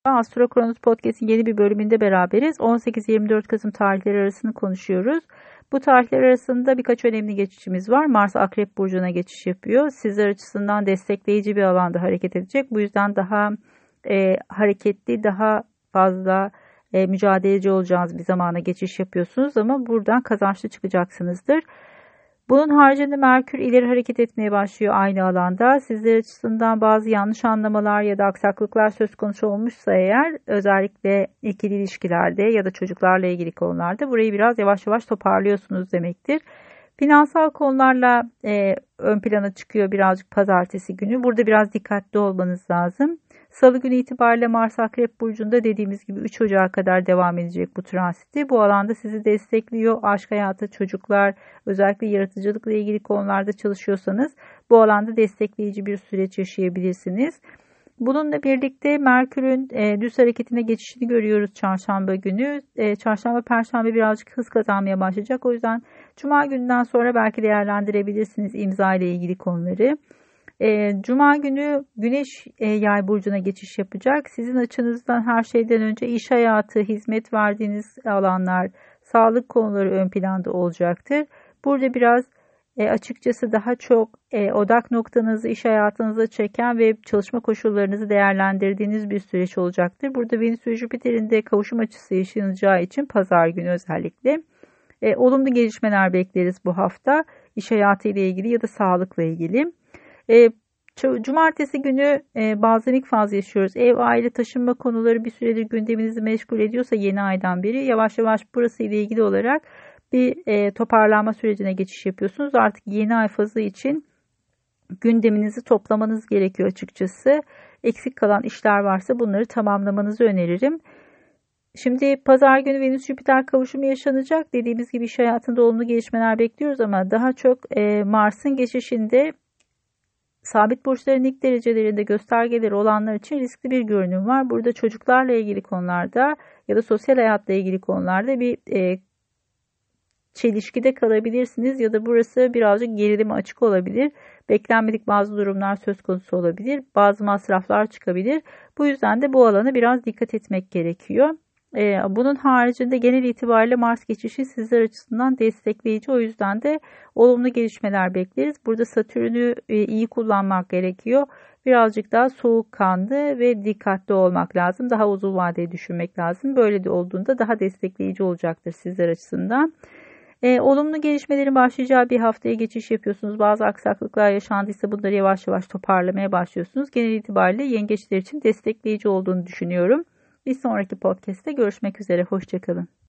Astro Kronos Podcast'in yeni bir bölümünde beraberiz. 18-24 Kasım tarihleri arasını konuşuyoruz. Bu tarihler arasında birkaç önemli geçişimiz var. Mars Akrep Burcu'na geçiş yapıyor. Sizler açısından destekleyici bir alanda hareket edecek. Bu yüzden daha hareketli, daha fazla mücadeleci olacağınız bir zamana geçiş yapıyorsunuz. Ama buradan kazançlı çıkacaksınızdır. Bunun haricinde Merkür ileri hareket etmeye başlıyor aynı alanda. Sizler açısından bazı yanlış anlamalar ya da aksaklıklar söz konusu olmuşsa eğer, özellikle ikili ilişkilerde ya da çocuklarla ilgili konularda burayı biraz yavaş yavaş toparlıyorsunuz demektir. Finansal konularla ön plana çıkıyor birazcık pazartesi günü. Burada biraz dikkatli olmanız lazım. Salı günü itibariyle Mars Akrep Burcu'nda dediğimiz gibi 3 Ocağı kadar devam edecek bu transiti. Bu alanda sizi destekliyor. Aşk hayatı, çocuklar, özellikle yaratıcılıkla ilgili konularda çalışıyorsanız bu alanda destekleyici bir süreç yaşayabilirsiniz. Bununla birlikte Merkür'ün düz hareketine geçişini görüyoruz çarşamba günü. Çarşamba, perşembe birazcık hız kazanmaya başlayacak. O yüzden cuma günden sonra belki değerlendirebilirsiniz imza ile ilgili konuları. Cuma günü Güneş Yay burcuna geçiş yapacak. Sizin açınızdan her şeyden önce iş hayatı, hizmet verdiğiniz alanlar, sağlık konuları ön planda olacaktır. Burada biraz açıkçası daha çok odak noktanızı iş hayatınıza çeken ve çalışma koşullarınızı değerlendirdiğiniz bir süreç olacaktır. Burada Venüs ve Jüpiter'in de kavuşum açısı yaşanacağı için pazar günü özellikle olumlu gelişmeler bekleriz bu hafta. İş hayatı ile ilgili ya da sağlıkla ilgili. Cumartesi günü bazenlik faz yaşıyoruz. Ev, aile, taşınma konuları bir süredir gündeminizi meşgul ediyorsa yeni aydan beri yavaş yavaş burası ile ilgili olarak bir toparlanma sürecine geçiş yapıyorsunuz. Artık yeni ay fazı için gündeminizi toplamanız gerekiyor açıkçası. Eksik kalan işler varsa bunları tamamlamanızı öneririm. Şimdi pazar günü Venüs-Jüpiter kavuşumu yaşanacak. Dediğimiz gibi iş hayatında olumlu gelişmeler bekliyoruz ama daha çok Mars'ın geçişinde sabit burçların ilk derecelerinde göstergeleri olanlar için riskli bir görünüm var. Burada çocuklarla ilgili konularda ya da sosyal hayatla ilgili konularda bir çelişkide kalabilirsiniz ya da burası birazcık gerilime açık olabilir. Beklenmedik bazı durumlar söz konusu olabilir. Bazı masraflar çıkabilir. Bu yüzden de bu alana biraz dikkat etmek gerekiyor. Bunun haricinde genel itibariyle Mars geçişi sizler açısından destekleyici. O yüzden de olumlu gelişmeler bekleriz. Burada Satürn'ü iyi kullanmak gerekiyor. Birazcık daha soğukkanlı ve dikkatli olmak lazım. Daha uzun vadeli düşünmek lazım. Böyle de olduğunda daha destekleyici olacaktır sizler açısından. Olumlu gelişmelerin başlayacağı bir haftaya geçiş yapıyorsunuz. Bazı aksaklıklar yaşandıysa bunları yavaş yavaş toparlamaya başlıyorsunuz. Genel itibariyle yengeçler için destekleyici olduğunu düşünüyorum. Bir sonraki podcast'te görüşmek üzere. Hoşça kalın.